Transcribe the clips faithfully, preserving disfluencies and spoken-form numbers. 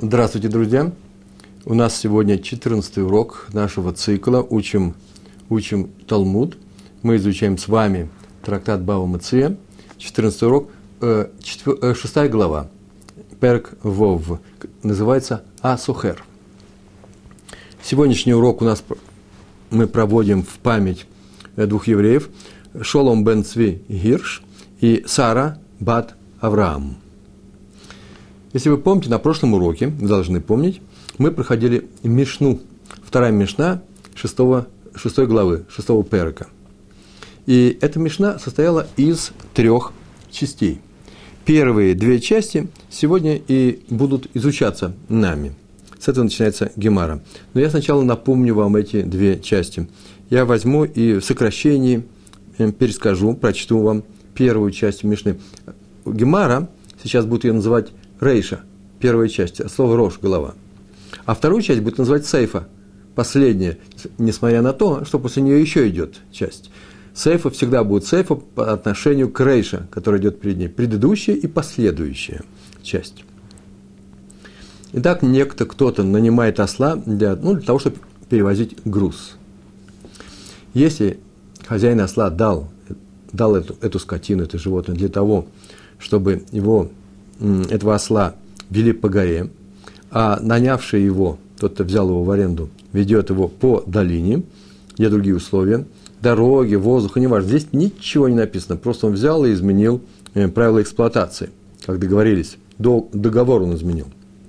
Здравствуйте, друзья! У нас сегодня четырнадцатый урок нашего цикла «Учим, учим Талмуд». Мы изучаем с вами трактат Бава Меция. четырнадцатый урок, э, четвер, э, шестая глава, Перек Вов, называется А-Сохер. Сегодняшний урок у нас мы проводим в память двух евреев, Шолом бен Цви Гирш и Сара бат Авраам. Если вы помните, на прошлом уроке, вы должны помнить, мы проходили Мишну, вторая Мишна шестого, шестой главы, шестого Перека. И эта Мишна состояла из трех частей. Первые две части сегодня и будут изучаться нами. С этого начинается Гемара. Но я сначала напомню вам эти две части. Я возьму и в сокращении перескажу, прочту вам первую часть Мишны. Гемара, сейчас будет ее называть Рейша, первая часть, слово Рош, голова. А вторую часть будет называть Сейфа, последняя, несмотря на то, что после нее еще идет часть. Сейфа всегда будет Сейфа по отношению к Рейша, который идет перед ней, предыдущая и последующая часть. Итак, некто, кто-то нанимает осла для, ну, для того, чтобы перевозить груз. Если хозяин осла дал, дал эту, эту скотину, это животное для того, чтобы его этого осла вели по горе, а нанявший его, тот, кто взял его в аренду, ведет его по долине, где другие условия, дороги, воздуха, неважно. Здесь ничего не написано, просто он взял и изменил правила эксплуатации, как договорились, договор он изменил.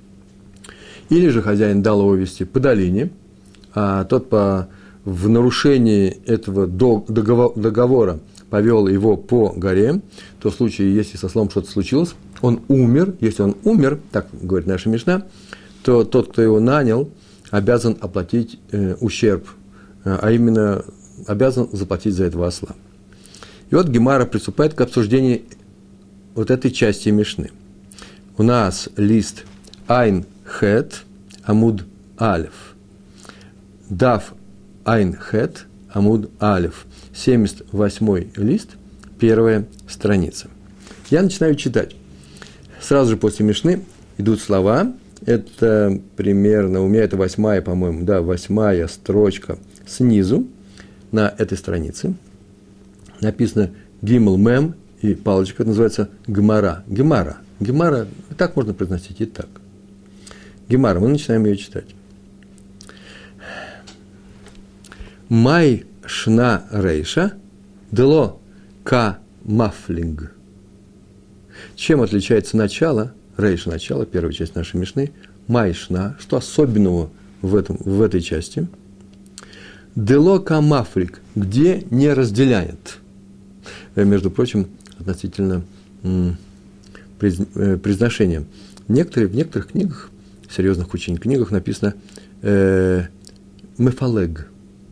Или же хозяин дал его вести по долине, а тот по, в нарушении этого договора повел его по горе, то в случае, если со слом что-то случилось, он умер, если он умер, так говорит наша Мишна, то тот, кто его нанял, обязан оплатить э, ущерб, э, а именно обязан заплатить за этого осла. И вот Гемара приступает к обсуждению вот этой части Мишны. У нас лист Айн Хет, Амуд Алеф. Дав Айн Хет, Амуд Алеф. семьдесят восьмой лист, первая страница. Я начинаю читать. Сразу же после Мишны идут слова. Это примерно, у меня это восьмая, по-моему, да, восьмая строчка снизу на этой странице. Написано Гимл Мем и палочка, это называется Гмара. Гемара. Гемара, так можно произносить и так. Гемара, мы начинаем ее читать. Май шна рейша дело ка мафлинг. Чем отличается начало, рейша начало, первая часть нашей Мишны, майшна, что особенного в, этом, в этой части? Дело ка мафлик, где не разделяет. Между прочим, относительно м, приз, э, произношения. Некоторые, в некоторых книгах, серьезных очень книгах написано э, мефалег.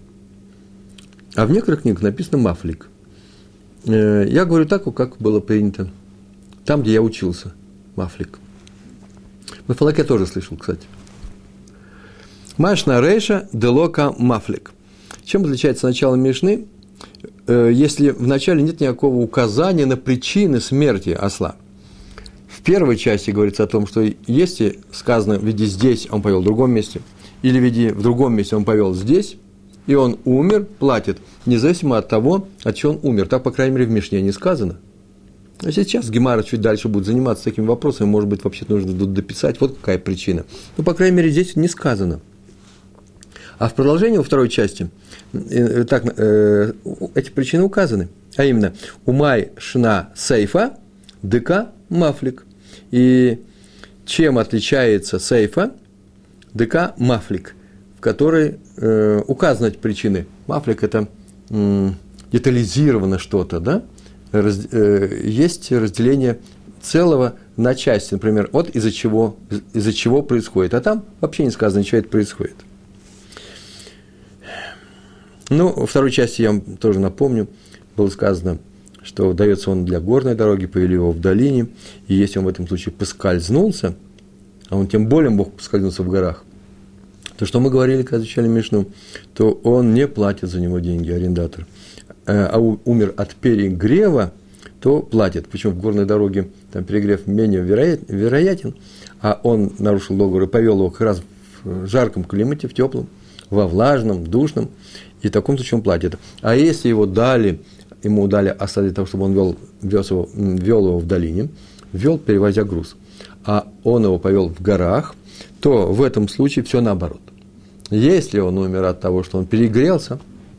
А в некоторых книгах написано мафлик. Э, я говорю так, как было принято. Там, где я учился, мафлик. Мафлик я тоже слышал, кстати. Машна рейша делока мафлик. Чем отличается начало Мишны, э, если в начале нет никакого указания на причины смерти осла? В первой части говорится о том, что если сказано, веди здесь, он повел в другом месте, или веди в другом месте, он повел здесь, и он умер, платит, независимо от того, от чего он умер. Так, по крайней мере, в Мишне не сказано. А сейчас Гемара чуть дальше будет заниматься такими вопросами, может быть, вообще нужно дописать, вот какая причина. Ну, по крайней мере, здесь не сказано. А в продолжении во второй части э, так, э, эти причины указаны. А именно, умай шна сейфа, дыка мафлик. И чем отличается сейфа, дыка мафлик, в которой э, указаны эти причины. Мафлик – это э, детализировано что-то, да? Раз, э, есть разделение целого на части, например, вот из-за чего, из-за чего происходит, а там вообще не сказано, что это происходит. Ну, во второй части я вам тоже напомню, было сказано, что дается он для горной дороги, повели его в долине, и если он в этом случае поскользнулся, а он тем более мог поскользнуться в горах, то, что мы говорили, когда изучали Мишну, то он не платит за него деньги, арендатор. А умер от перегрева, то платит. Причем в горной дороге там перегрев менее вероятен, а он нарушил договор и повел его как раз в жарком климате, в теплом, во влажном, душном, и в таком случае он платит. А если его дали, ему дали оставить того, чтобы он вел, вез его, вел его в долине, вел, перевозя груз, а он его повел в горах, то в этом случае все наоборот. Если он умер от того, что он перегрелся,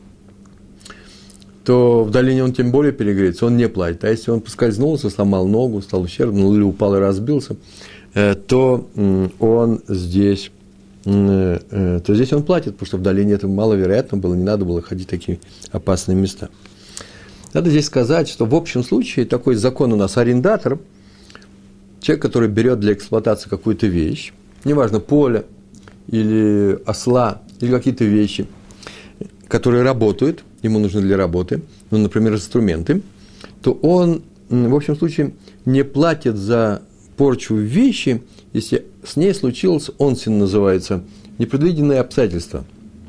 то в долине он тем более перегреется, он не платит. А если он поскользнулся, сломал ногу, стал ущербным, или упал и разбился, то он здесь, то здесь он платит, потому что в долине это маловероятно было, не надо было ходить в такие опасные места. Надо здесь сказать, что в общем случае такой закон у нас арендатор, человек, который берет для эксплуатации какую-то вещь, неважно, поле или осла, или какие-то вещи, которые работают, ему нужны для работы, ну, например, инструменты, то он, в общем случае, не платит за порчу вещи, если с ней случилось, онсин называется, непредвиденные обстоятельства.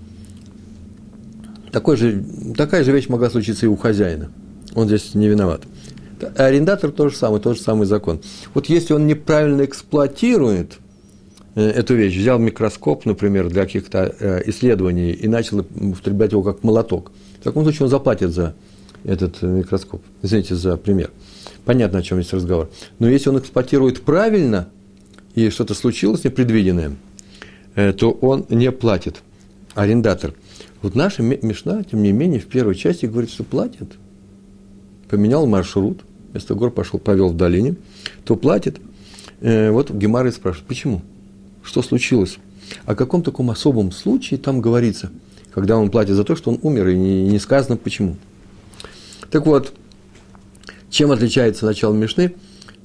Такой же, такая же вещь могла случиться и у хозяина. Он здесь не виноват. Арендатор то же самое, тот же самый закон. Вот если он неправильно эксплуатирует эту вещь, взял микроскоп, например, для каких-то исследований и начал употреблять его как молоток, в таком случае он заплатит за этот микроскоп. Извините за пример. Понятно, о чем здесь разговор. Но если он эксплуатирует правильно, и что-то случилось непредвиденное, то он не платит. Арендатор. Вот наша Мишна, тем не менее, в первой части говорит, что платит. Поменял маршрут, вместо гор пошел, повел в долине, то платит. Вот Гемара спрашивает, почему? Что случилось? О каком таком особом случае там говорится, когда он платит за то, что он умер, и не, не сказано почему. Так вот, чем отличается начало Мишны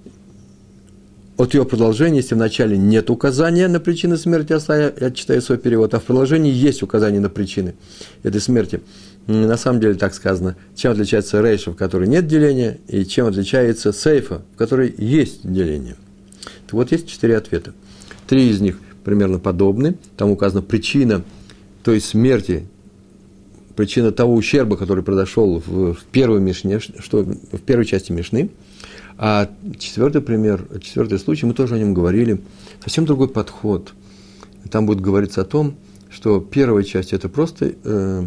от ее продолжения, если в начале нет указания на причины смерти осла, я читаю свой перевод, а в продолжении есть указание на причины этой смерти. На самом деле так сказано, чем отличается рейша, в которой нет деления, и чем отличается сейфа, в которой есть деление. Так вот, есть четыре ответа. Три из них примерно подобны. Там указана причина той смерти, причина того ущерба, который произошел в, в первой Мишне, что в первой части Мишны. А четвертый пример, четвертый случай, мы тоже о нем говорили, совсем другой подход. Там будет говориться о том, что первая часть это просто, э,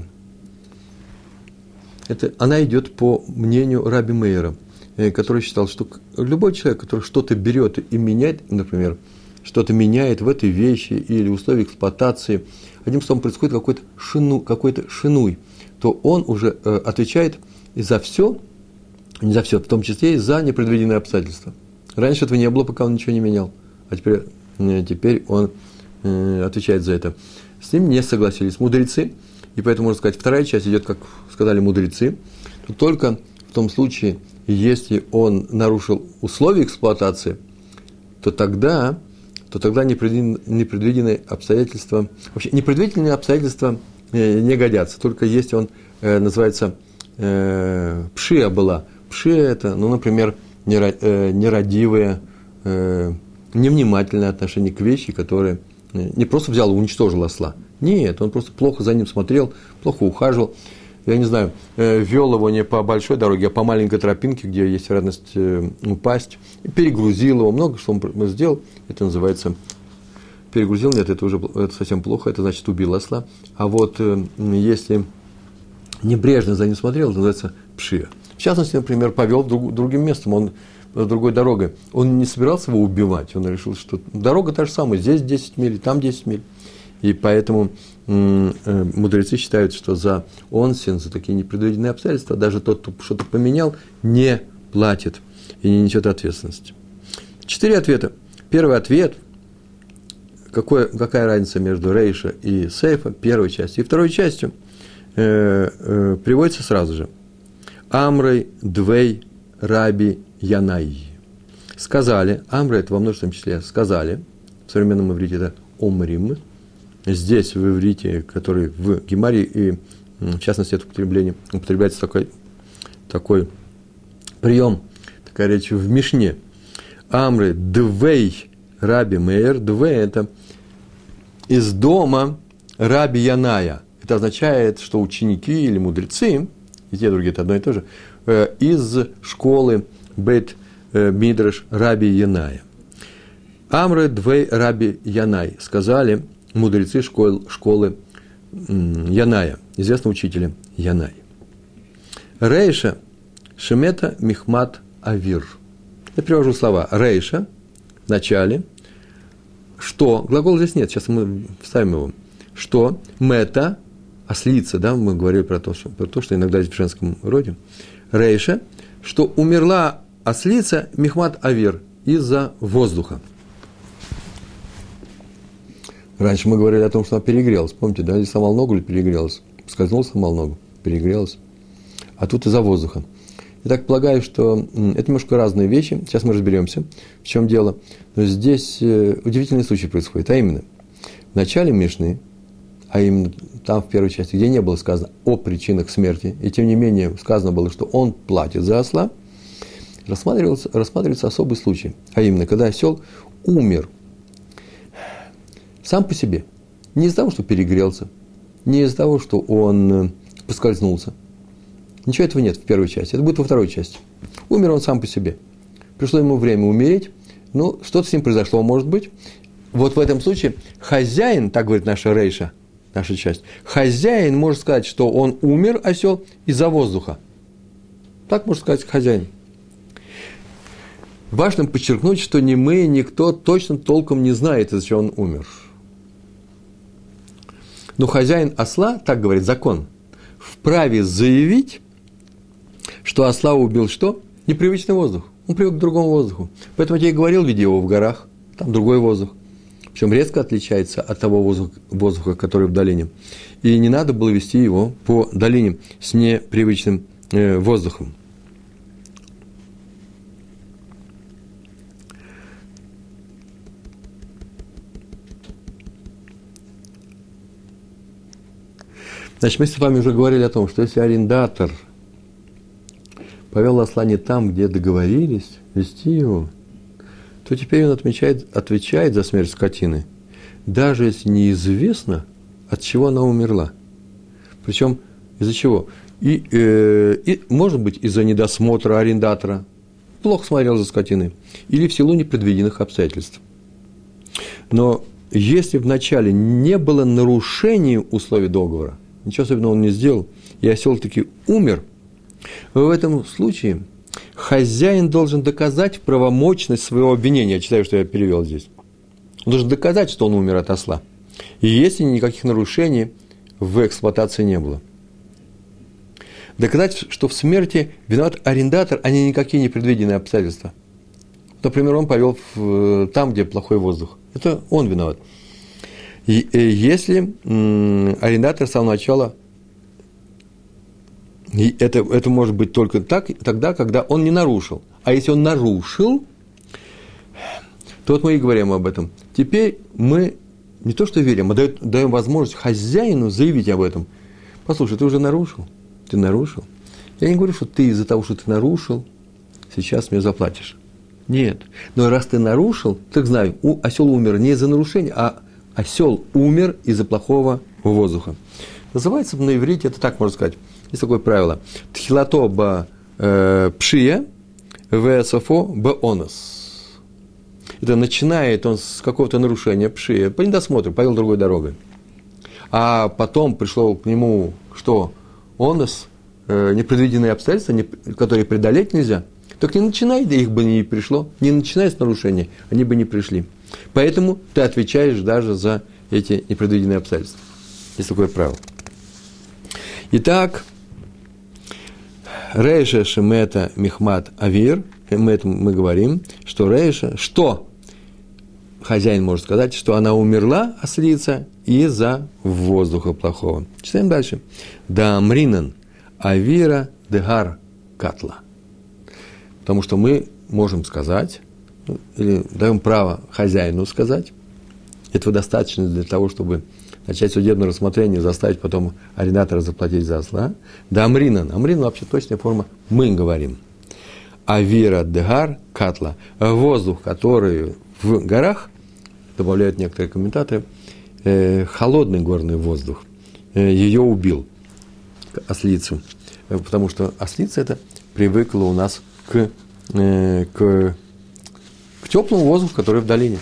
это, она идет по мнению Раби Меира, э, который считал, что любой человек, который что-то берет и меняет, например, что-то меняет в этой вещи или условия эксплуатации, одним словом, происходит какой-то, шину, какой-то шинуй, то он уже э, отвечает и за все, не за все, в том числе и за непредвиденные обстоятельства. Раньше этого не было, пока он ничего не менял, а теперь, э, теперь он э, отвечает за это. С ним не согласились мудрецы, и поэтому, можно сказать, вторая часть идет, как сказали мудрецы, то только в том случае, если он нарушил условия эксплуатации, то тогда, то тогда непредвиденные обстоятельства, вообще непредвиденные обстоятельства э, не годятся, только если он э, называется э, пшия была. Пшия это, ну, например, нерадивое, э, невнимательное отношение к вещи, которое не просто взял и уничтожил осла. Нет, он просто плохо за ним смотрел, плохо ухаживал. Я не знаю, вел его не по большой дороге, а по маленькой тропинке, где есть вероятность упасть, и перегрузил его. Много что он сделал, это называется перегрузил. Нет, это уже это совсем плохо, это значит убил осла. А вот если небрежно за ним смотрел, это называется пшия. В частности, например, повел друг, другим местом, он другой дорогой. Он не собирался его убивать, он решил, что дорога та же самая, здесь десять миль, там десять миль. И поэтому м- э, мудрецы считают, что за онсин, за такие непредвиденные обстоятельства, даже тот, кто что-то поменял, не платит и не несет ответственности. Четыре ответа. Первый ответ, какое, какая разница между рейша и сейфа, первой частью и второй частью, э, э, приводится сразу же. Амрей, Двей, Раби, Янай. Сказали, Амрей это во множественном числе, сказали, в современном иврите это Омрим, здесь в иврите, который в Гемаре, и в частности это употребление, употребляется такой, такой прием, такая речь в Мишне. Амрей, Двей, Раби Меир, Двей это из дома Раби Яная. Это означает, что ученики или мудрецы, и те, и другие, это одно и то же, из школы Бейт Мидраш Раби Яная. Амры двей Раби Янай, сказали мудрецы школ, школы Яная, известного учителя Янай. Рейша Шемета Михмат Авир. Я привожу слова. Рейша в начале. Что? Глагола здесь нет, сейчас мы вставим его. Что? Мета, ослица, да, мы говорили про то, что, про то, что иногда здесь в женском роде. Рейша, что умерла ослица Михмат Авир из-за воздуха. Раньше мы говорили о том, что она перегрелась. Помните, да, здесь сломал ногу или перегрелась? Скользнул, сломал ногу, перегрелась. А тут из-за воздуха. Я так полагаю, что это немножко разные вещи. Сейчас мы разберемся, в чем дело. Но здесь удивительный случай происходит. А именно, в начале Мишны, а именно там в первой части, где не было сказано о причинах смерти, и тем не менее сказано было, что он платит за осла, рассматривался, рассматривается особый случай. А именно, когда осел умер сам по себе. Не из-за того, что перегрелся, не из-за того, что он поскользнулся. Ничего этого нет в первой части. Это будет во второй части. Умер он сам по себе. Пришло ему время умереть. Ну, что-то с ним произошло, может быть. Вот в этом случае хозяин, так говорит наша Рейша, наша часть, хозяин может сказать, что он умер, осел, из-за воздуха. Так может сказать хозяин. Важно подчеркнуть, что ни мы, никто точно толком не знает, из-за чего он умер. Но хозяин осла, так говорит закон, вправе заявить, что осла убил что? Непривычный воздух. Он привык к другому воздуху. Поэтому я и говорил, видя его в горах, там другой воздух. Причем резко отличается от того воздуха, воздуха, который в долине. И не надо было вести его по долине с непривычным э, воздухом. Значит, мы с вами уже говорили о том, что если арендатор повел осла не там, где договорились вести его, то теперь он отмечает, отвечает за смерть скотины, даже если неизвестно, от чего она умерла. Причем из-за чего? И, э, и, может быть, из-за недосмотра арендатора, плохо смотрел за скотиной, или в силу непредвиденных обстоятельств. Но если вначале не было нарушения условий договора, ничего особенного он не сделал, и осел таки умер, в этом случае хозяин должен доказать правомочность своего обвинения. Я читаю, что я перевел здесь. Он должен доказать, что он умер от осла. И если никаких нарушений в эксплуатации не было. Доказать, что в смерти виноват арендатор, а не никакие непредвиденные обстоятельства. Например, он повел в, там, где плохой воздух. Это он виноват. И если м, арендатор с самого начала, и это, это может быть только так, тогда, когда он не нарушил. А если он нарушил, то вот мы и говорим об этом. Теперь мы не то что верим, а даем, даем возможность хозяину заявить об этом. Послушай, ты уже нарушил, ты нарушил. Я не говорю, что ты из-за того, что ты нарушил, сейчас мне заплатишь. Нет. Но раз ты нарушил, так знай, осел умер не из-за нарушения, а осел умер из-за плохого воздуха. Называется на иврите, это так можно сказать. Есть такое правило. Тхилато ба пшия, весофо ба онос. Это начинает он с какого-то нарушения пшия, по недосмотру, повел другой дорогой. А потом пришло к нему, что онос, непредвиденные обстоятельства, которые преодолеть нельзя. Так не начинай, да их бы не пришло. Не начинай с нарушения, они бы не пришли. Поэтому ты отвечаешь даже за эти непредвиденные обстоятельства. Есть такое правило. Итак, Рейша Шемета Михмат Авир, мы, это, мы говорим, что Рейша, что хозяин может сказать, что она умерла, ослица, из-за воздуха плохого. Читаем дальше. Да Амринан Авира Дегар Катла. Потому что мы можем сказать, или даем право хозяину сказать, этого достаточно для того, чтобы начать судебное рассмотрение, заставить потом арендатора заплатить за осла. Да Амринан. Амрин вообще точная форма «мы» говорим. Авира Дегар Катла. Воздух, который в горах, добавляют некоторые комментаторы, э, холодный горный воздух, э, ее убил, ослицу. Потому что ослица – это привыкла у нас к, э, к, к теплому воздуху, который в долине.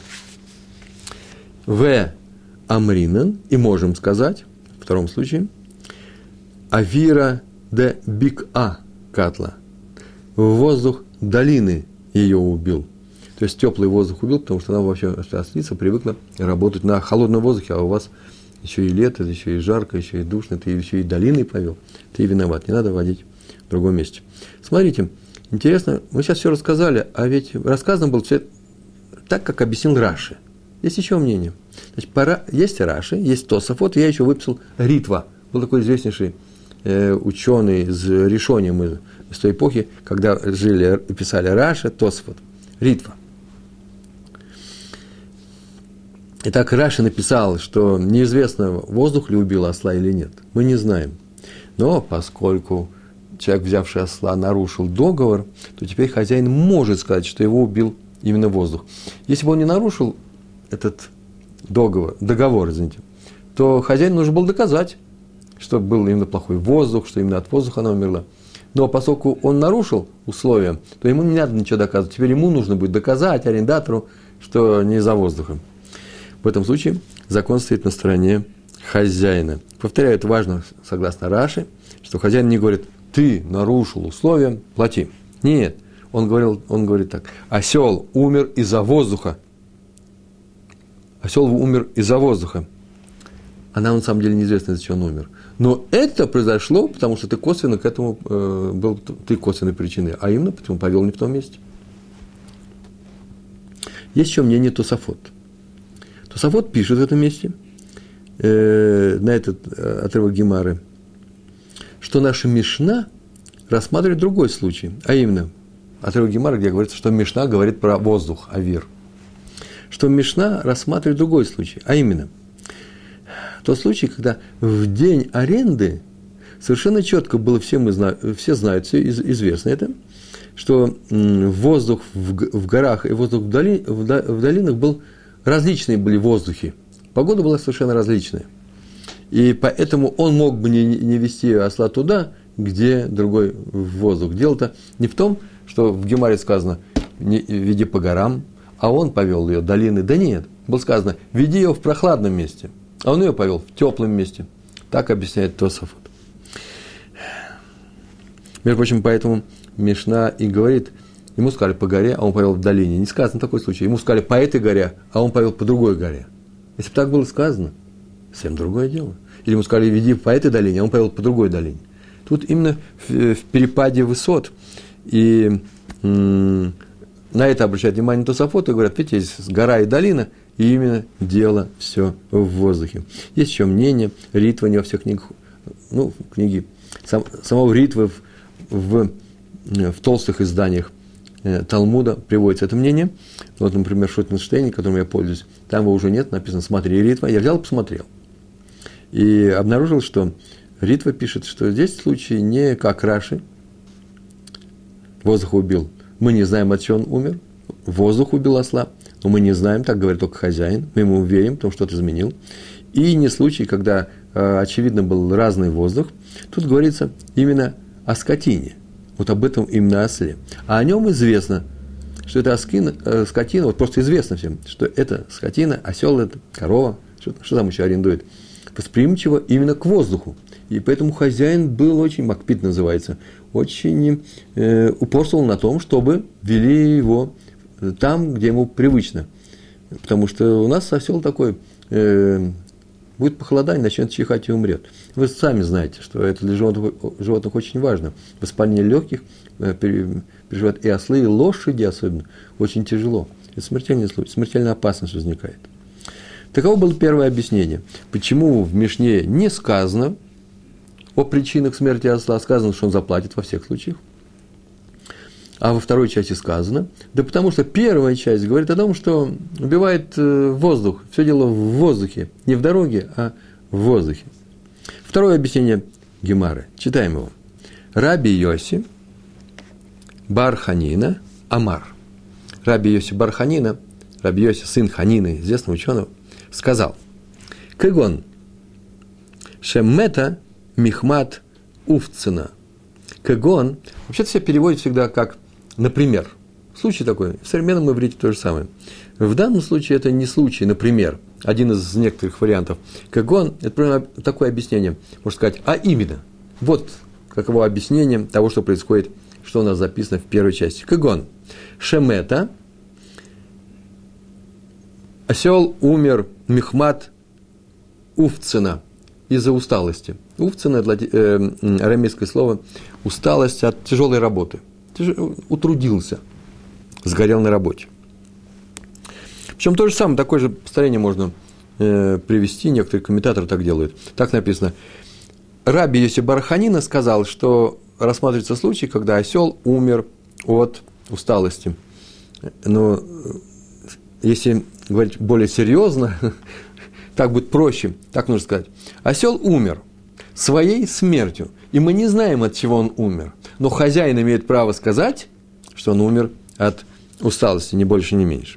В амринен, и можем сказать, в втором случае, авира де бик-а катла, воздух долины ее убил. То есть теплый воздух убил, потому что она вообще, ослица, привыкла работать на холодном воздухе, а у вас еще и лето, еще и жарко, еще и душно, ты еще и долиной повел, ты виноват, не надо водить в другом месте. Смотрите, интересно, мы сейчас все рассказали, а ведь рассказано было все так, как объяснил Раши. Есть еще мнение. Значит, пора, есть Раши, есть Тосафот, я еще выписал Ритва. Был такой известнейший э, ученый из Ришони, мы из той эпохи, когда жили, писали Раши, Тосафот, Ритва. Итак, Раши написал, что неизвестно, воздух ли убил осла или нет. Мы не знаем. Но поскольку человек, взявший осла, нарушил договор, то теперь хозяин может сказать, что его убил именно воздух. Если бы он не нарушил этот договор, договор, извините, то хозяину нужно было доказать, что был именно плохой воздух, что именно от воздуха она умерла. Но поскольку он нарушил условия, то ему не надо ничего доказывать. Теперь ему нужно будет доказать арендатору, что не из-за воздуха. В этом случае закон стоит на стороне хозяина. Повторяю, это важно, согласно Раши, что хозяин не говорит, ты нарушил условия, плати. Нет, он, говорил, он говорит так, осел умер из-за воздуха. Осел умер из-за воздуха. А нам на самом деле неизвестно, из-за чего он умер. Но это произошло, потому что ты косвенно к этому э, был ты косвенной причиной, а именно потому повел не в том месте. Есть еще мнение Тосафот. Тосафот пишет в этом месте, э, на этот э, отрывок Гемары, что наша Мишна рассматривает другой случай, а именно отрывок Гемары, где говорится, что Мишна говорит про воздух, авир. Что Мишна рассматривает другой случай, а именно тот случай, когда в день аренды совершенно четко было, все, мы зна, все знают, все известно это, что воздух в, в горах и воздух в, доли, в, в долинах был различные были воздухи. Погода была совершенно различная. И поэтому он мог бы не, не вести осла туда, где другой воздух. Дело-то не в том, что в Гемаре сказано не, «веди по горам», а он повел ее долины. Да нет, было сказано «веди ее в прохладном месте», а он ее повел в теплом месте. Так объясняет Тосафот. Между прочим, поэтому Мишна и говорит, ему сказали по горе, а он повел в долине. Не сказано такой случай. Ему сказали по этой горе, а он повел по другой горе. Если бы так было сказано, совсем другое дело. Или ему сказали, веди по этой долине, а он повел по другой долине. Тут именно в, в перепаде высот. И м- на это обращают внимание Тосафот и говорят, видите, есть гора и долина, и именно дело все в воздухе. Есть еще мнение, Ритва не во всех книгах, ну, книги, сам, самого Ритвы в, в, в толстых изданиях Талмуда приводится это мнение. Вот, например, в Шотенштейне, которым я пользуюсь, там его уже нет, написано «Смотри, Ритва». Я взял и посмотрел. И обнаружил, что Ритва пишет, что здесь случай не как Раши. Воздух убил. Мы не знаем, от чего он умер. Воздух убил осла. Но мы не знаем, так говорит только хозяин. Мы ему верим, потому что что-то изменил. И не случай, когда, очевидно, был разный воздух. Тут говорится именно о скотине. Вот об этом именно осле. А о нем известно, что это оскина, э, скотина, вот просто известно всем, что это скотина, осел это, корова, что, что там еще арендует, восприимчиво именно к воздуху. И поэтому хозяин был очень, макпит называется, очень э, упорствовал на том, чтобы вели его там, где ему привычно. Потому что у нас осел такой, э, будет похолодание, начнет чихать и умрет. Вы сами знаете, что это для животных, животных очень важно. Воспаление легких переживают и ослы, и лошади особенно. Очень тяжело. Это смертельный случай, смертельная опасность возникает. Таково было первое объяснение. Почему в Мишне не сказано о причинах смерти осла, сказано, что он заплатит во всех случаях. А во второй части сказано, да потому что первая часть говорит о том, что убивает воздух, все дело в воздухе, не в дороге, а в воздухе. Второе объяснение Гемары, читаем его. Раби Йоси бар Ханина Амар. Раби Йоси бар Ханина, Раби Йоси, сын Ханины, известного ученого, сказал, Кэгон, шеммета михмат уфцена, Кэгон вообще-то себя переводит всегда как «например». Случай такой. В современном иврите то же самое. В данном случае это не случай, например. Один из некоторых вариантов. Кэгон – это такое объяснение, можно сказать, а именно. Вот каково объяснение того, что происходит, что у нас записано в первой части. Кэгон. Шемета. Осел умер Михмат Уфцена из-за усталости. Уфцена – это э, арамейское слово усталость от тяжелой работы. Тяж... Утрудился, сгорел на работе. Причем то же самое, такое же построение можно э, привести, некоторые комментаторы так делают. Так написано. Раби Йоси бар Ханина сказал, что рассматривается случай, когда осел умер от усталости. Но если говорить более серьезно, так будет проще, так нужно сказать. Осел умер своей смертью, и мы не знаем, от чего он умер. Но хозяин имеет право сказать, что он умер от усталости, ни больше, ни меньше.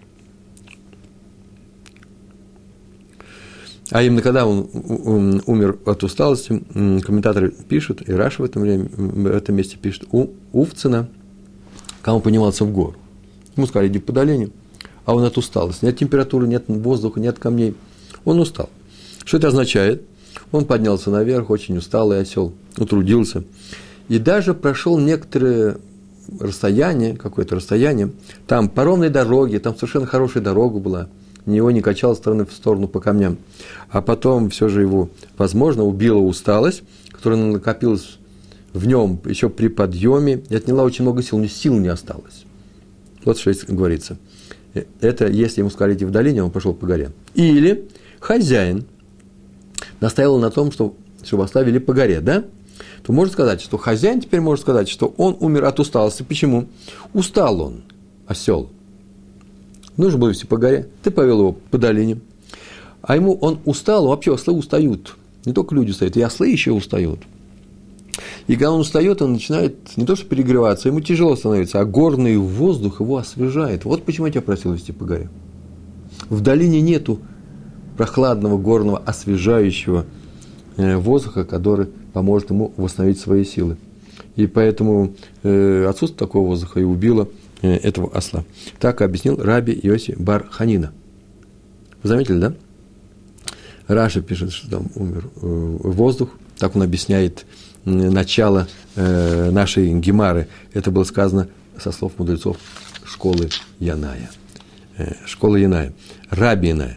А именно, когда он умер от усталости, комментаторы пишут, и Раши в этом, время, в этом месте пишет, у Уфцена, когда он поднимался в гору. Ему сказали, иди по долине, а он от усталости. Нет температуры, нет воздуха, нет камней. Он устал. Что это означает? Он поднялся наверх, очень усталый осел, утрудился. И даже прошел некоторое расстояние, какое-то расстояние, там по ровной дороге, там совершенно хорошая дорога была, его не качало с стороны в сторону по камням. А потом все же его, возможно, убила усталость, которая накопилась в нем еще при подъеме, и отняла очень много сил, у него сил не осталось. Вот что здесь говорится. Это если ему сказали идти в долине, он пошел по горе. Или хозяин настаивал на том, что, чтобы оставили по горе, да? То можно сказать, что хозяин теперь может сказать, что он умер от усталости. Почему? Устал он, осел. Нужно было вести по горе. Ты повел его по долине. А ему он устал, вообще ослы устают. Не только люди устают, и ослы еще устают. И когда он устает, он начинает не то что перегреваться, ему тяжело становится, а горный воздух его освежает. Вот почему я тебя просил вести по горе. В долине нету прохладного, горного, освежающего воздуха, который поможет ему восстановить свои силы. И поэтому э, отсутствие такого воздуха и убило э, этого осла. Так объяснил Раби Йоси бар Ханина. Вы заметили, да? Раши пишет, что там умер э, воздух. Так он объясняет э, начало э, нашей гемары. Это было сказано со слов мудрецов школы Яная. Э, школа Яная. Раби Яная.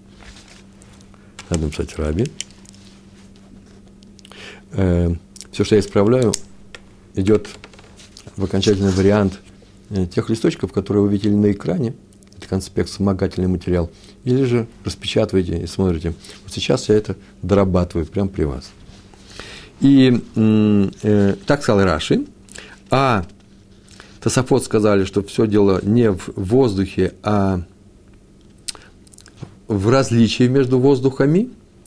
Надо написать Раби. Э, все, что я исправляю, идет в окончательный вариант тех листочков, которые вы видели на экране. Это конспект, вспомогательный материал. Или же распечатываете и смотрите. Вот сейчас я это дорабатываю прямо при вас. И э, так сказал Раши. А Тосафот сказали, что все дело не в воздухе, а в различии между воздухами.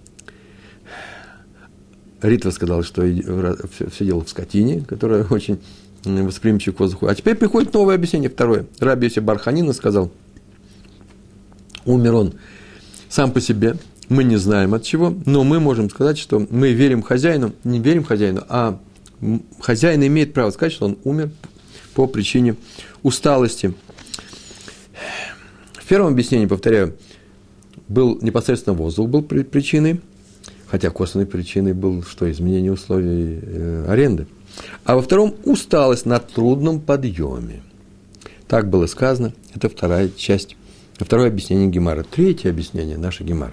Ритва сказала, что все, все дело в скотине, которая очень восприимчива к воздуху. А теперь приходит новое объяснение, второе. Раби Йоси бар Ханина сказал, умер он сам по себе, мы не знаем от чего, но мы можем сказать, что мы верим хозяину, не верим хозяину, а хозяин имеет право сказать, что он умер по причине усталости. В первом объяснении, повторяю, был непосредственно воздух был причиной, хотя косвенной причиной был, что изменение условий э, аренды. А во втором – усталость на трудном подъеме. Так было сказано, это вторая часть, второе объяснение Гемары. Третье объяснение нашей Гемары.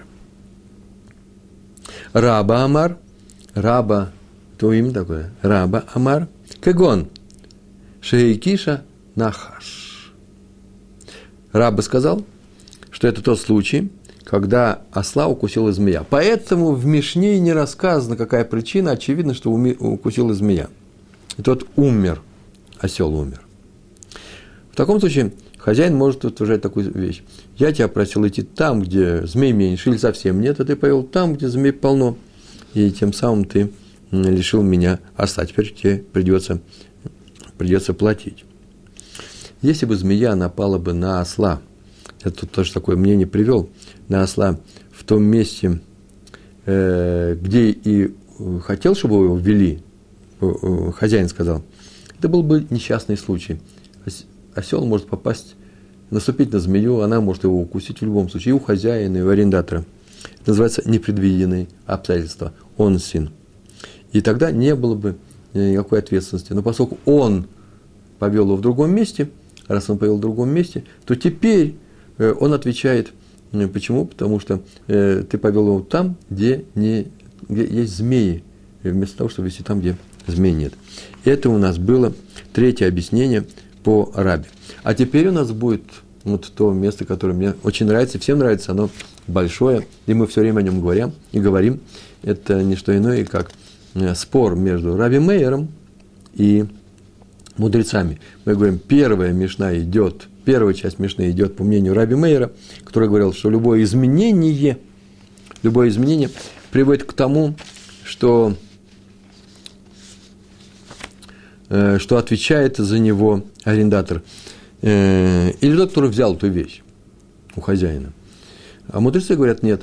Раба Амар, Раба, то имя такое, Раба Амар, Кэгон, Шейкиша Нахаш. Раба сказал, что это тот случай, когда осла укусила змея. Поэтому в Мишне не рассказано, какая причина. Очевидно, что укусила змея. И тот умер, осел умер. В таком случае хозяин может утверждать такую вещь. Я тебя просил идти там, где змей меньше, или совсем нет, а ты повел там, где змей полно. И тем самым ты лишил меня осла. Теперь тебе придется, придется платить. Если бы змея напала бы на осла, я тут тоже такое мнение привел, на осла в том месте, э, где и хотел, чтобы его ввели, хозяин сказал, это был бы несчастный случай. Осел может попасть, наступить на змею, она может его укусить в любом случае, и у хозяина, и у арендатора. Это называется непредвиденные обстоятельства, онсин. И тогда не было бы никакой ответственности. Но поскольку он повел его в другом месте, раз он повел в другом месте, то теперь он отвечает. Почему? Потому что ты повел его там, где, не, где есть змеи, вместо того, чтобы вести там, где змей нет. Это у нас было третье объяснение по Раби. А теперь у нас будет вот то место, которое мне очень нравится, всем нравится, оно большое, и мы все время о нем говорим и говорим. Это не что иное, как спор между Раби Меиром и мудрецами. Мы говорим, первая мишна идет, первая часть мишны идет по мнению Раби Меира, который говорил, что любое изменение, любое изменение приводит к тому, что, э, что отвечает за него арендатор, э, или тот, который взял эту вещь у хозяина. А мудрецы говорят, нет,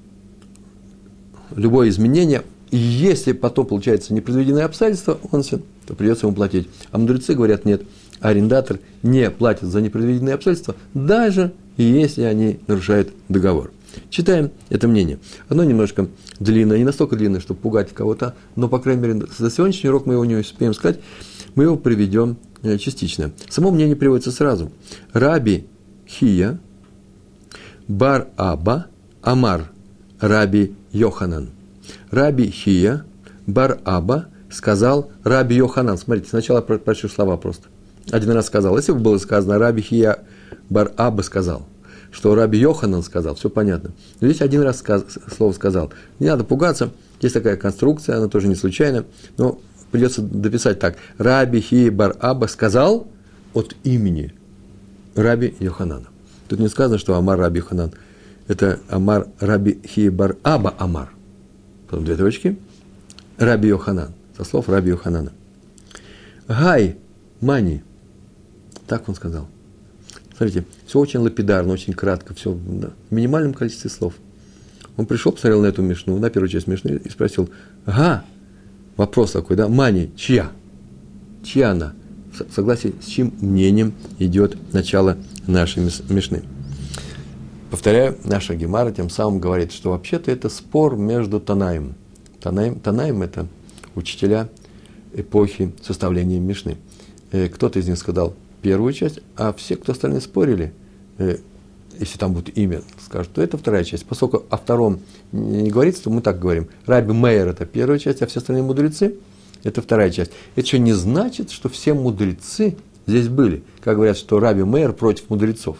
любое изменение, если потом получается непредвиденное обстоятельство, он, то придется ему платить. А мудрецы говорят, нет, арендатор не платит за непредвиденные обстоятельства, даже если они нарушают договор. Читаем это мнение. Оно немножко длинное, не настолько длинное, чтобы пугать кого-то, но, по крайней мере, за сегодняшний урок мы его не успеем сказать, мы его приведем частично. Само мнение приводится сразу. Раби Хия, Бар Аба, Амар, Раби Йоханан. Раби Хия, Бар Аба, сказал Раби Йоханан. Смотрите, сначала прочту слова просто. Один раз сказал. Если бы было сказано Раби Хия, Бар Аба сказал, что Раби Йоханан сказал, все понятно. Но здесь один раз сказ, слово сказал. Не надо пугаться, есть такая конструкция, она тоже не случайна, но придется дописать так. Раби Хия, Бар Аба сказал от имени Раби Йоханана. Тут не сказано, что Амар Раби Йоханан. Это Амар Раби Хия, Бар Аба Амар. Потом две точки. Раби Йоханан. Со слов Раби Йоханана. Гай, мани. Так он сказал. Смотрите, все очень лапидарно, очень кратко, все да, в минимальном количестве слов. Он пришел, посмотрел на эту мишну, на первую часть мишны и спросил, ага, вопрос такой, да, мани, чья? Чья она? В согласии с чьим мнением идет начало нашей мишны? Повторяю, наша Гемара тем самым говорит, что вообще-то это спор между Танаим. Танаим, Танаим – это учителя эпохи составления мишны. Кто-то из них сказал первую часть, а все, кто остальные спорили, если там будет имя, скажут, то это вторая часть. Поскольку о втором не говорится, то мы так говорим. Раби Меир – это первая часть, а все остальные мудрецы – это вторая часть. Это еще не значит, что все мудрецы здесь были. Как говорят, что Раби Меир против мудрецов.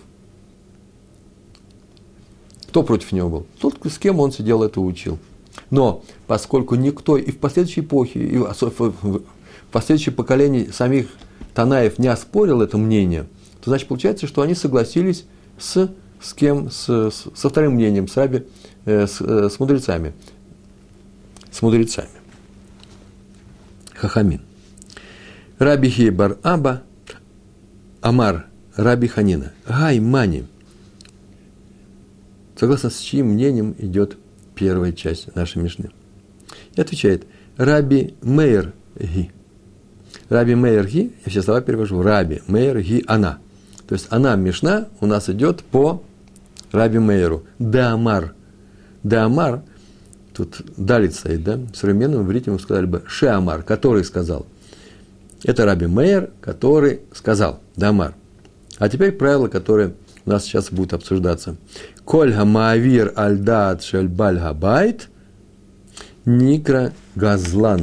Кто против него был? Тот, с кем он сидел, это учил. Но поскольку никто и в последующей эпохе, и в последующее поколение самих Танаев не оспорил это мнение, то значит получается, что они согласились с, с кем? С, с, со вторым мнением, с Раби, э, с, э, с мудрецами. С мудрецами. Хахамин. Раби Хия бар Аба, Амар, Раби Ханина. Гай мани. Согласно с чьим мнением идет первая часть нашей мишны. И отвечает, Раби Меир ги. Раби Меир ги, я все слова перевожу, Раби Меир ги она. То есть она, мишна, у нас идет по Раби Меиру. Даамар. Даамар, тут далит стоит, да? В современном иврите мы сказали бы Шеамар, который сказал. Это Раби Меир, который сказал. Даамар. А теперь правило, которое у нас сейчас будет обсуждаться. Коль хамаавир аль-дат шель баль хабайт никра газлан.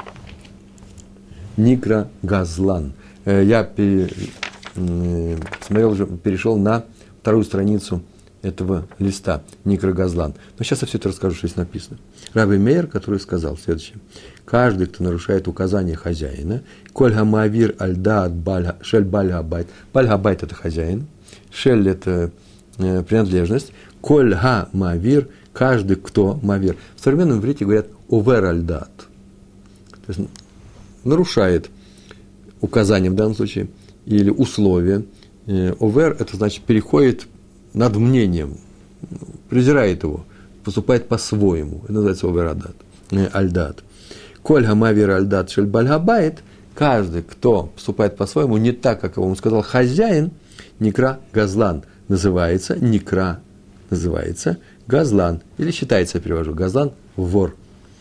Никра газлан. Я смотрел, уже перешел на вторую страницу этого листа. Никра газлан. Но сейчас я все это расскажу, что здесь написано. Раби Меир, который сказал следующее. Каждый, кто нарушает указания хозяина, коль хамаавир аль-дат шель баль хабайт. Баль хабайт – это хозяин. Шель – это э, принадлежность. Коль ха мавир – каждый, кто мавир. В современном иврите говорят овер аль-дат. То есть нарушает указание в данном случае или условие. Э, овер – это значит переходит над мнением, презирает его, поступает по-своему. Это называется овер аль-дат. Коль ха мавир аль-дат шель баль хабайт. каждый, кто поступает по-своему, не так, как ему сказал хозяин, никра газлан называется, никра называется газлан, или считается, я перевожу, газлан – вор.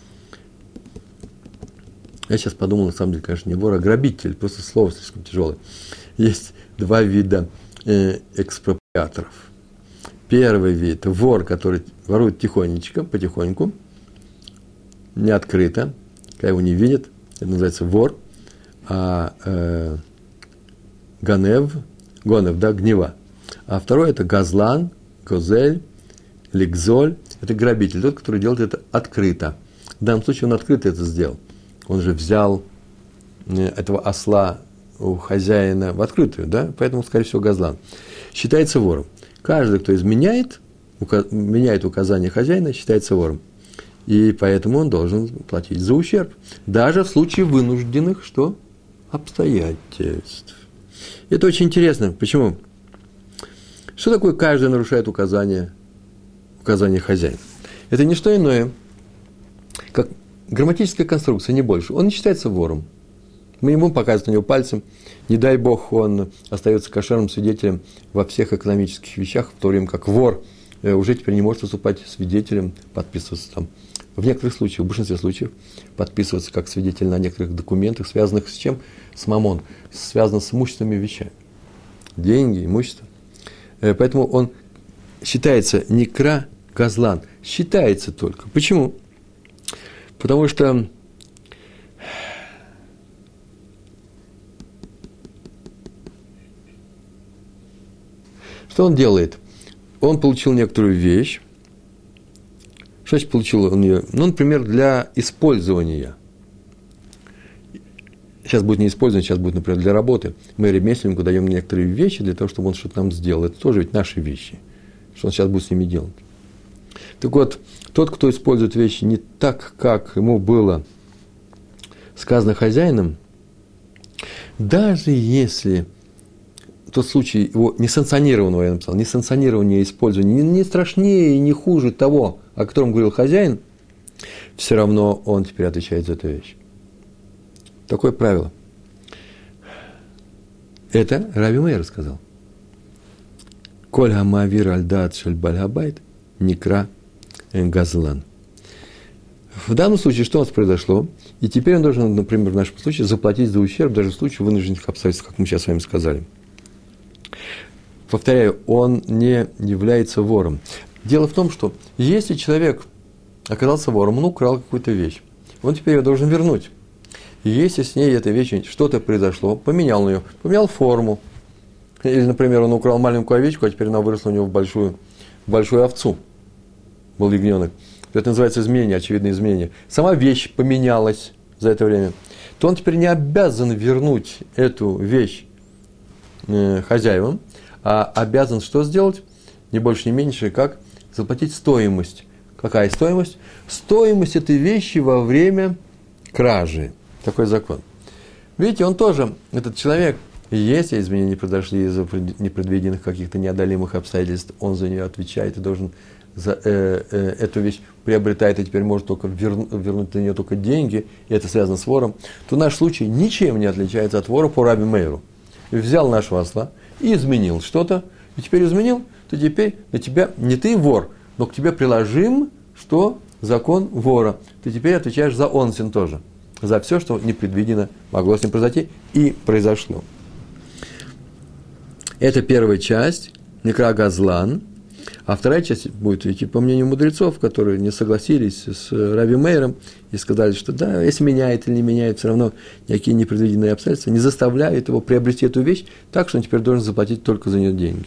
Я сейчас подумал, на самом деле, конечно, не вор, а грабитель, просто слово слишком тяжелое. Есть два вида э, экспроприаторов. Первый вид – вор, который ворует тихонечко, потихоньку, не открыто, когда его не видят, это называется вор, а э, ганев, гонев, да, гнева. А второй – это газлан, козель, ликзоль, это грабитель, тот, который делает это открыто. В данном случае он открыто это сделал. Он же взял этого осла у хозяина в открытую, да, поэтому, скорее всего, газлан. Считается вором. Каждый, кто изменяет, ука- меняет указания хозяина, считается вором. И поэтому он должен платить за ущерб. Даже в случае вынужденных, что? Обстоятельств. Это очень интересно. Почему? Что такое каждый нарушает указания, указания хозяина? Это не что иное, как грамматическая конструкция, не больше. Он не считается вором. Мы ему показываем на него пальцем. Не дай бог, он остается кошерным свидетелем во всех экономических вещах, в то время как вор уже теперь не может выступать свидетелем, подписываться там. В некоторых случаях, в большинстве случаев, подписываться как свидетель на некоторых документах, связанных с чем? С мамон, связанных с имущественными вещами. Деньги, имущество. Поэтому он считается никра газлан, считается только. Почему? Потому что что он делает? Он получил некоторую вещь. Что значит получил он ее? Ну, например, для использования. Сейчас будет не использование, сейчас будет, например, для работы. Мы ремесленнику даем некоторые вещи для того, чтобы он что-то нам сделал. Это тоже ведь наши вещи. Что он сейчас будет с ними делать? Так вот, тот, кто использует вещи не так, как ему было сказано хозяином, даже если тот случай его несанкционированного, я написал, несанкционирования использования, не, не страшнее и не хуже того, о котором говорил хозяин, все равно он теперь отвечает за эту вещь. Такое правило. Это Раби Меир сказал. Коль гамавир альдат шель бальгабайт никра газлан. В данном случае что у нас произошло? И теперь он должен, например, в нашем случае заплатить за ущерб даже в случае вынужденных обстоятельств, как мы сейчас с вами сказали. Повторяю, он не является вором. Дело в том, что если человек оказался вором, он украл какую-то вещь, он теперь ее должен вернуть. И если с ней этой вещью что-то произошло, поменял ее, поменял форму, или, например, он украл маленькую овечку, а теперь она выросла у него в большую, в большую овцу, был ягненок. Это называется изменение, очевидное изменение. Сама вещь поменялась за это время, то он теперь не обязан вернуть эту вещь э, хозяевам, а обязан что сделать? Не больше, не меньше, как заплатить стоимость. Какая стоимость? Стоимость этой вещи во время кражи. Такой закон. Видите, он тоже, этот человек, если изменения произошли из-за непредвиденных каких-то неодолимых обстоятельств, он за нее отвечает и должен за э, э, эту вещь приобретает и теперь может только верну, вернуть на нее только деньги, и это связано с вором, то наш случай ничем не отличается от вора по Раби Меиру. Взял нашего осла и изменил что-то, и теперь изменил, то теперь на тебя, не ты вор, но к тебе приложим, что закон вора. Ты теперь отвечаешь за онсин тоже, за все, что непредвиденно могло с ним произойти и произошло. Это первая часть, Никра Газлан. А вторая часть будет идти по мнению мудрецов, которые не согласились с Раби Меиром и сказали, что да, если меняет или не меняет, все равно никакие непредвиденные обстоятельства не заставляют его приобрести эту вещь так, что он теперь должен заплатить только за нее деньги.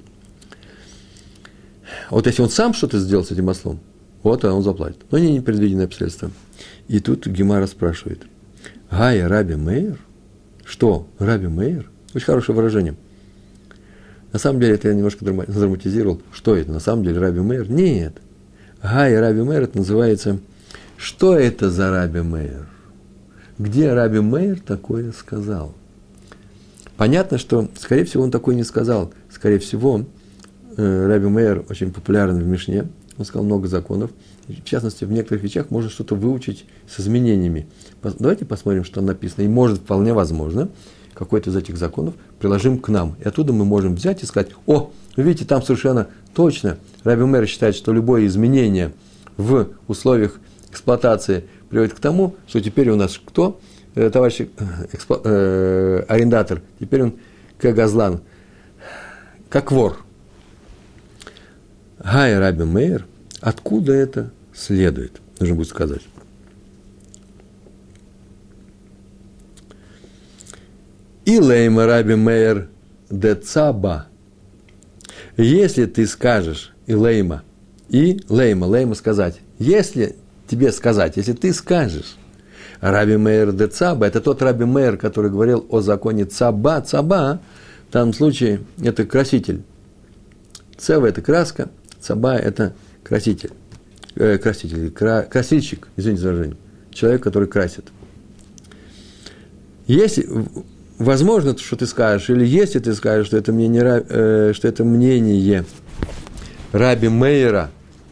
Вот если он сам что-то сделал с этим ослом, вот он заплатит. Но не непредвиденные обстоятельства. И тут Гемара спрашивает: Гая Раби Меир? Что, Раби Меир? Очень хорошее выражение. На самом деле, это я немножко драматизировал. Что это? На самом деле, Раби Меир? Нет. Гай Раби Меир, это называется, что это за Раби Меир? Где Раби Меир такое сказал? Понятно, что, скорее всего, он такое не сказал. Скорее всего, Раби Меир очень популярен в Мишне. Он сказал много законов. В частности, в некоторых вещах можно что-то выучить с изменениями. Давайте посмотрим, что написано. И может, вполне возможно, какой-то из этих законов приложим к нам. И оттуда мы можем взять и сказать: о, вы видите, там совершенно точно Раби Меир считает, что любое изменение в условиях эксплуатации приводит к тому, что теперь у нас кто? Товарищ экспло... э, арендатор, теперь он как газлан, как вор. Гай Раби Меир, откуда это следует? Нужно будет сказать. И лейма Раби Меир де цаба. Если ты скажешь, и лейма, и лейма, лейма сказать, если тебе сказать, если ты скажешь, Раби Меир де цаба, это тот Раби Меир, который говорил о законе цаба, цаба, в данном случае это краситель. Цева – это краска, цаба – это краситель, э, краситель, кра, красильщик, извините за выражение, человек, который красит. Если возможно, что ты скажешь, или если ты скажешь, что это мнение, э, что это мнение Раби Меира,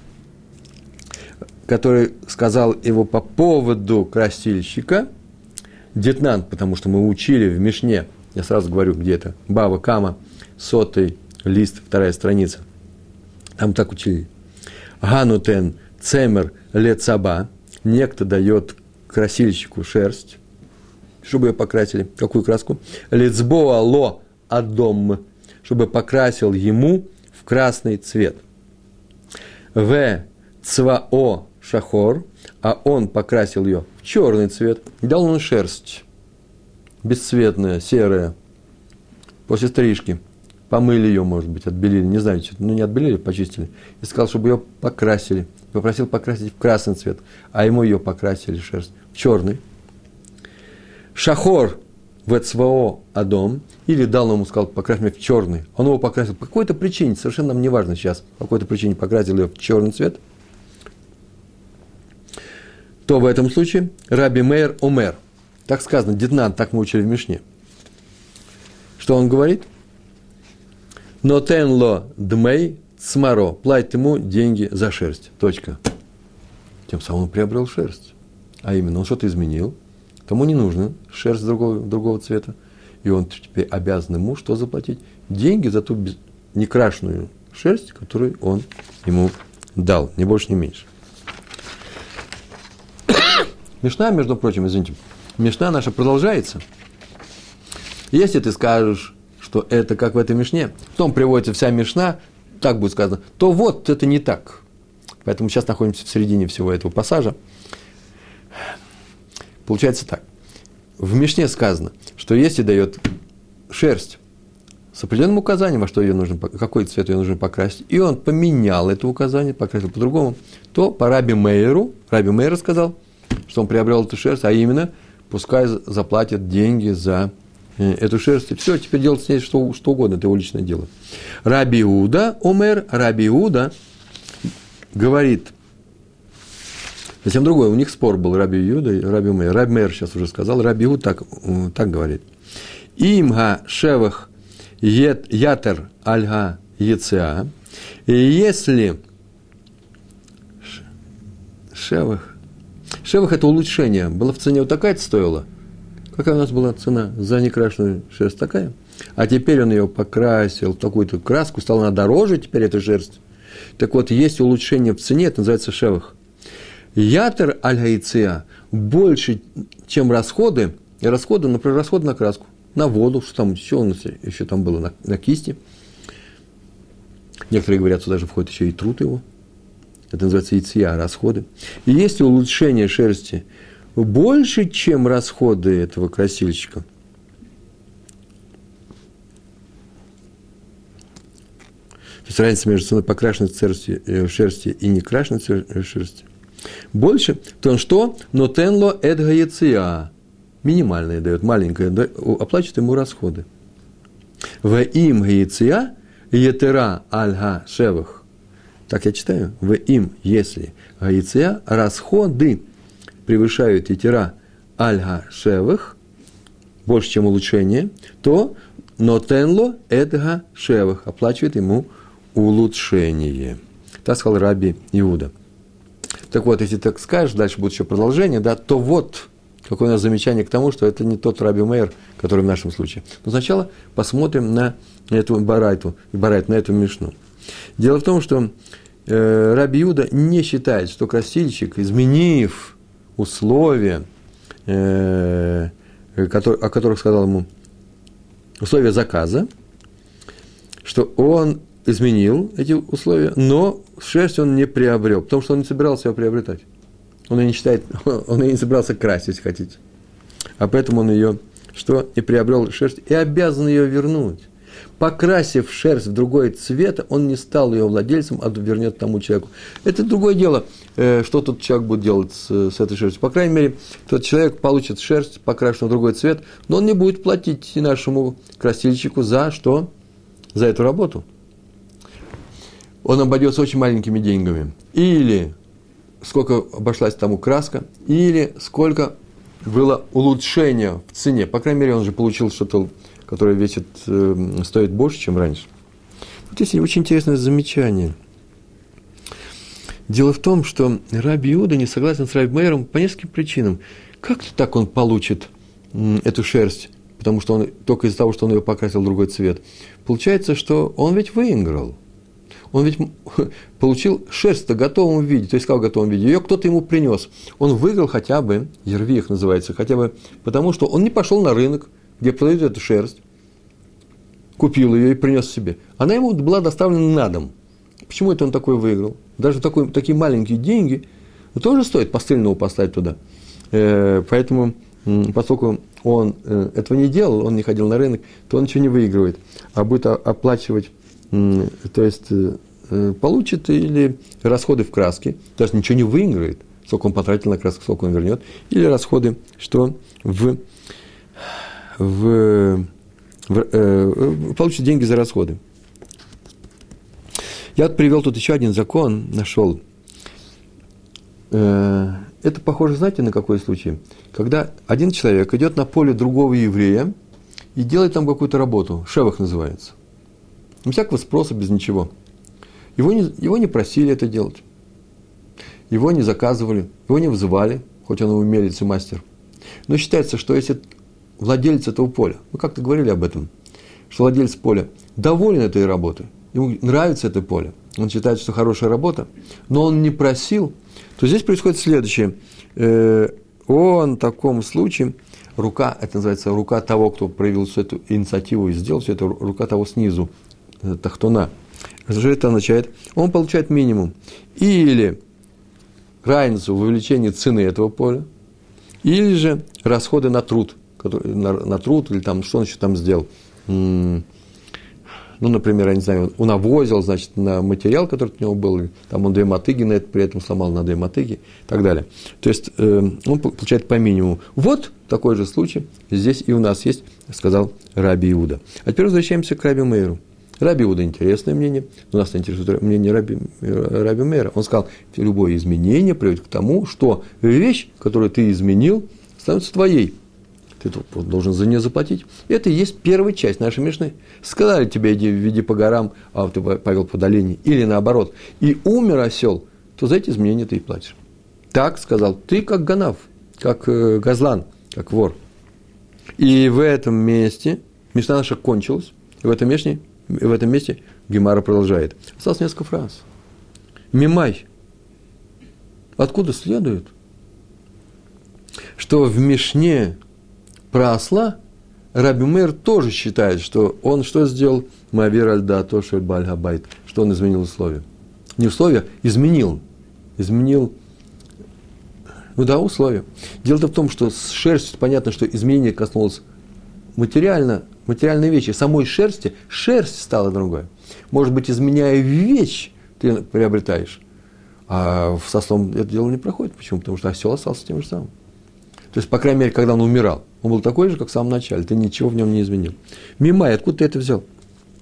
который сказал его по поводу красильщика, детнан, потому что мы учили в Мишне, я сразу говорю, где это, Бава Кама, сотый лист, вторая страница, там так учили. Ганутен цемер ле цаба, некто дает красильщику шерсть, чтобы ее покрасили. Какую краску? Лецбоа ло адом, чтобы покрасил ему в красный цвет. В цвао шахор, а он покрасил ее в черный цвет. И дал ему шерсть, бесцветная, серая, после стрижки. Помыли ее, может быть, отбелили, не знаю, что-то, ну не отбелили, почистили. И сказал, чтобы ее покрасили. Попросил покрасить в красный цвет, а ему ее покрасили, шерсть, в черный. Шахор в ЦВО Адом, или дал ему, сказал, покрась меня в черный. Он его покрасил по какой-то причине, совершенно нам не важно сейчас, по какой-то причине покрасил ее в черный цвет. То в этом случае Раби Меир омер. Так сказано, детнан, так мы учили в Мишне. Что он говорит? Нотен ло дмей цмаро. Платит ему деньги за шерсть. Точка. Тем самым он приобрел шерсть. А именно, он что-то изменил. Кому не нужно шерсть другого, другого цвета. И он теперь обязан ему что заплатить? Деньги за ту без... некрашенную шерсть, которую он ему дал. Ни больше, ни меньше. Мишна, между прочим, извините, Мишна наша продолжается. Если ты скажешь, что это как в этой Мишне, потом приводится вся Мишна, так будет сказано, то вот это не так. Поэтому сейчас находимся в середине всего этого пассажа. Получается так. В Мишне сказано, что если дает шерсть с определенным указанием, во что ее нужно, какой цвет ее нужно покрасить, и он поменял это указание, покрасил по-другому, то по Раби Меиру, Раби Меир сказал, что он приобрел эту шерсть, а именно, пускай заплатят деньги за эту шерсть. И все, теперь делать с ней что, что угодно, это его личное дело. Раби Иуда, омер, Раби Иуда говорит, совсем другое, у них спор был, Раби Иуда и Раби Меир. Раби Меир сейчас уже сказал, Раби Иуда так, так говорит. Имга шевах ятер альга яца, и если шевах, шевах это улучшение, было в цене вот такая-то стоила, какая у нас была цена за некрашенную шерсть такая, а теперь он ее покрасил в такую-то краску, стала она дороже теперь эта шерсть. Так вот, есть улучшение в цене, это называется шевах. Ятер аль-гаиция больше, чем расходы, и расходы, например, расходы на краску, на воду, что там еще у нас еще там было, на, на кисти. Некоторые говорят, что даже входит еще и труд его. Это называется яйция, расходы. И есть улучшение шерсти больше, чем расходы этого красильщика. То есть разница между ценой покрашенной шерсти, шерсти и некрашенной шерсти больше, то он что? Но тенло эдга яция. Минимальное дает, маленькое, оплачивает ему расходы. В им яция етера альга шевах. Так я читаю. В им, если яция, расходы превышают етера альга шевах, больше, чем улучшение, то но тенло эдга шевах, оплачивает ему улучшение. Так сказал Раби Иуда. Так вот, если так скажешь, дальше будет еще продолжение, да, то вот какое у нас замечание к тому, что это не тот Раби Меир, который в нашем случае. Но сначала посмотрим на эту барайту, барайт, на эту мишну. Дело в том, что э, Раби Иуда не считает, что красильщик, изменив условия, э, который, о которых сказал ему, условия заказа, что он изменил эти условия, но шерсть он не приобрел, потому что он не собирался ее приобретать. Он ее не считает, он ее не собирался красить, если хотите. А поэтому он ее, что, не приобрел шерсть и обязан ее вернуть. Покрасив шерсть в другой цвет, он не стал ее владельцем, а вернет тому человеку. Это другое дело, что тот человек будет делать с, с этой шерстью. По крайней мере, тот человек получит шерсть, покрашенную в другой цвет, но он не будет платить нашему красильщику за что? За эту работу. Он обойдется очень маленькими деньгами. Или сколько обошлась тому краска, или сколько было улучшение в цене. По крайней мере, он же получил что-то, которое весит, э, стоит больше, чем раньше. Вот здесь очень интересное замечание. Дело в том, что Раби Иуда не согласен с Раби Меиром по нескольким причинам. Как так он получит э, эту шерсть, потому что он только из-за того, что он ее покрасил в другой цвет? Получается, что он ведь выиграл. Он ведь получил шерсть в готовом виде, то есть как в готовом виде, ее кто-то ему принес. Он выиграл хотя бы, ервих называется, хотя бы потому, что он не пошел на рынок, где продают эту шерсть, купил ее и принес себе. Она ему была доставлена на дом. Почему это он такой выиграл? Даже такой, такие маленькие деньги тоже стоит посыльного поставить туда. Поэтому, поскольку он этого не делал, он не ходил на рынок, то он ничего не выигрывает, а будет оплачивать, то есть получит или расходы в краске, то есть ничего не выиграет, сколько он потратил на краску, сколько он вернет, или расходы, что в, в, в э, получит деньги за расходы. Я вот привел тут еще один закон, нашел. Э, это похоже, знаете, на какой случай? Когда один человек идет на поле другого еврея и делает там какую-то работу, шевах называется. Без всякого спроса, без ничего. Его не, его не просили это делать. Его не заказывали, его не вызывали, хоть он и умелец и мастер. Но считается, что если владелец этого поля, мы как-то говорили об этом, что владелец поля доволен этой работой, ему нравится это поле, он считает, что хорошая работа, но он не просил, то здесь происходит следующее. Он в таком случае, рука, это называется рука того, кто проявил всю эту инициативу и сделал все это, рука того снизу, тахтуна. Что это означает? Он получает минимум. Или разницу в увеличении цены этого поля, или же расходы на труд, который, на, на труд, или там, что он еще там сделал. Ну, например, я не знаю, он навозил, значит, на материал, который у него был, там он две мотыги на это при этом сломал на две мотыги и так далее. То есть, э, он получает по минимуму. Вот такой же случай здесь и у нас есть, сказал Раби Иуда. А теперь возвращаемся к Раби Меиру. Раби Иуда интересное мнение, но нас интересует мнение Раби, Раби Меира. Он сказал, любое изменение приводит к тому, что вещь, которую ты изменил, становится твоей. Ты должен за нее заплатить. Это и есть первая часть нашей мишны. Сказали тебе, иди, веди по горам, а ты повел по долине. Или наоборот. И умер осел, то за эти изменения ты и платишь. Так сказал, ты как ганав, как э, газлан, как вор. И в этом месте мишна наша кончилась. И в этом месте И в этом месте Гемара продолжает. Осталось несколько фраз. Мимай. Откуда следует, что в Мишне про осла Раби Меир тоже считает, что он что сделал? Мавир альда тошер баль габайт. Что он изменил условия. Не условия, изменил. Изменил, ну да, условия. Дело-то в том, что с шерстью понятно, что изменение коснулось материально, материальной вещи, самой шерсти, шерсть стала другой. Может быть, изменяя вещь, ты приобретаешь, а с ослом это дело не проходит. Почему? Потому что осел остался тем же самым. То есть, по крайней мере, когда он умирал, он был такой же, как в самом начале, ты ничего в нем не изменил. Мимай, откуда ты это взял?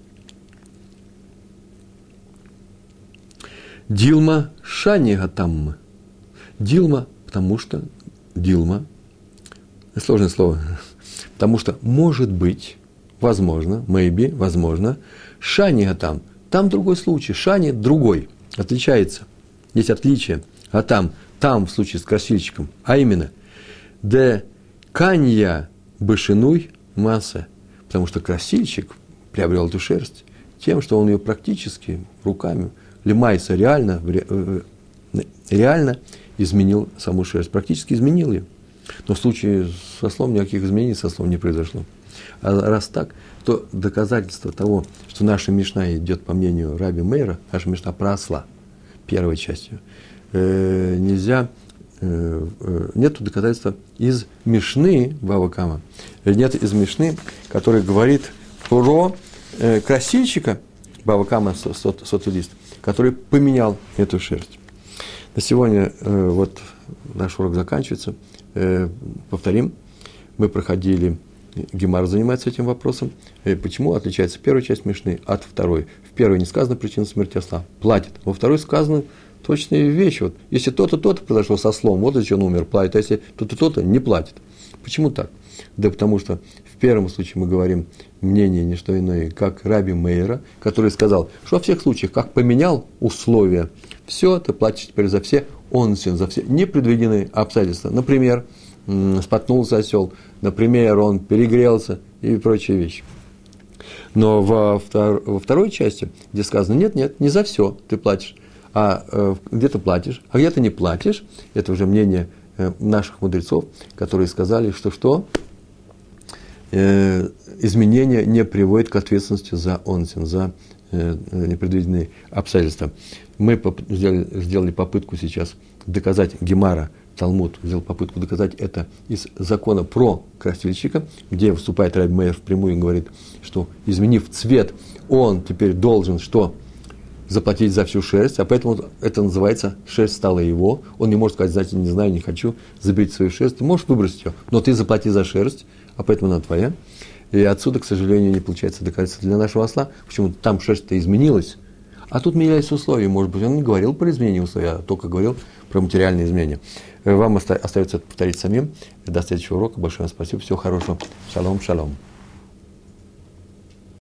Дилма шани гатамма. Дилма, потому что, Дилма, сложное слово, потому что, может быть, возможно, maybe, возможно, шани гатам, там другой случай, шани другой. отличается, есть отличие, а там, там в случае с красильщиком, а именно, де канья бышинуй масса, потому что красильщик приобрел эту шерсть тем, что он ее практически руками, лимайса реально, реально изменил саму шерсть, практически изменил ее. Но в случае со слом никаких изменений со слом не произошло. А раз так, то доказательство того, что наша Мишна идет по мнению Раби Мейра, наша Мишна про осла, первой частью, э, нельзя, э, э, нет доказательства из Мишны Бава Кама, нет из Мишны, который говорит про э, красильщика Бава Кама, сот, сотый лист, который поменял эту шерсть. На сегодня э, вот наш урок заканчивается. Э, повторим, мы проходили, Гемара занимается этим вопросом. Э, почему отличается первая часть Мишны от второй? В первой не сказано причина смерти осла, платит. Во второй сказаны точные вещи. Вот, если то-то, то-то произошло со ослом, вот зачем он умер, платит. А если то-то, то-то, не платит. Почему так? Да потому что в первом случае мы говорим мнение не что иное, как Раби Мейра, который сказал, что во всех случаях, как поменял условия, все, ты платишь теперь за все онсин, за все непредвиденные обстоятельства. Например, споткнулся осел, например, он перегрелся и прочие вещи. Но во, втор, во второй части, где сказано, нет, нет, не за все ты платишь, а э, где-то платишь, а где-то не платишь, это уже мнение э, наших мудрецов, которые сказали, что что? Э, изменение не приводит к ответственности за онсин, за э, непредвиденные обстоятельства. Мы поп- сделали, сделали попытку сейчас доказать, Гемара, Талмуд сделал попытку доказать это из закона про красильщика, где выступает Раби Мейер впрямую и говорит, что изменив цвет, он теперь должен что? Заплатить за всю шерсть, а поэтому это называется шерсть стала его. Он не может сказать, знаете, не знаю, не хочу, заберите свою шерсть. Ты можешь выбросить ее, но ты заплати за шерсть, а поэтому она твоя. И отсюда, к сожалению, не получается доказательство для нашего осла. Почему там шерсть-то изменилась, а тут менялись условия. Может быть, он не говорил про изменение условий, а только говорил про материальные изменения. Вам остается это повторить самим. До следующего урока. Большое вам спасибо. Всего хорошего. Шалом, шалом.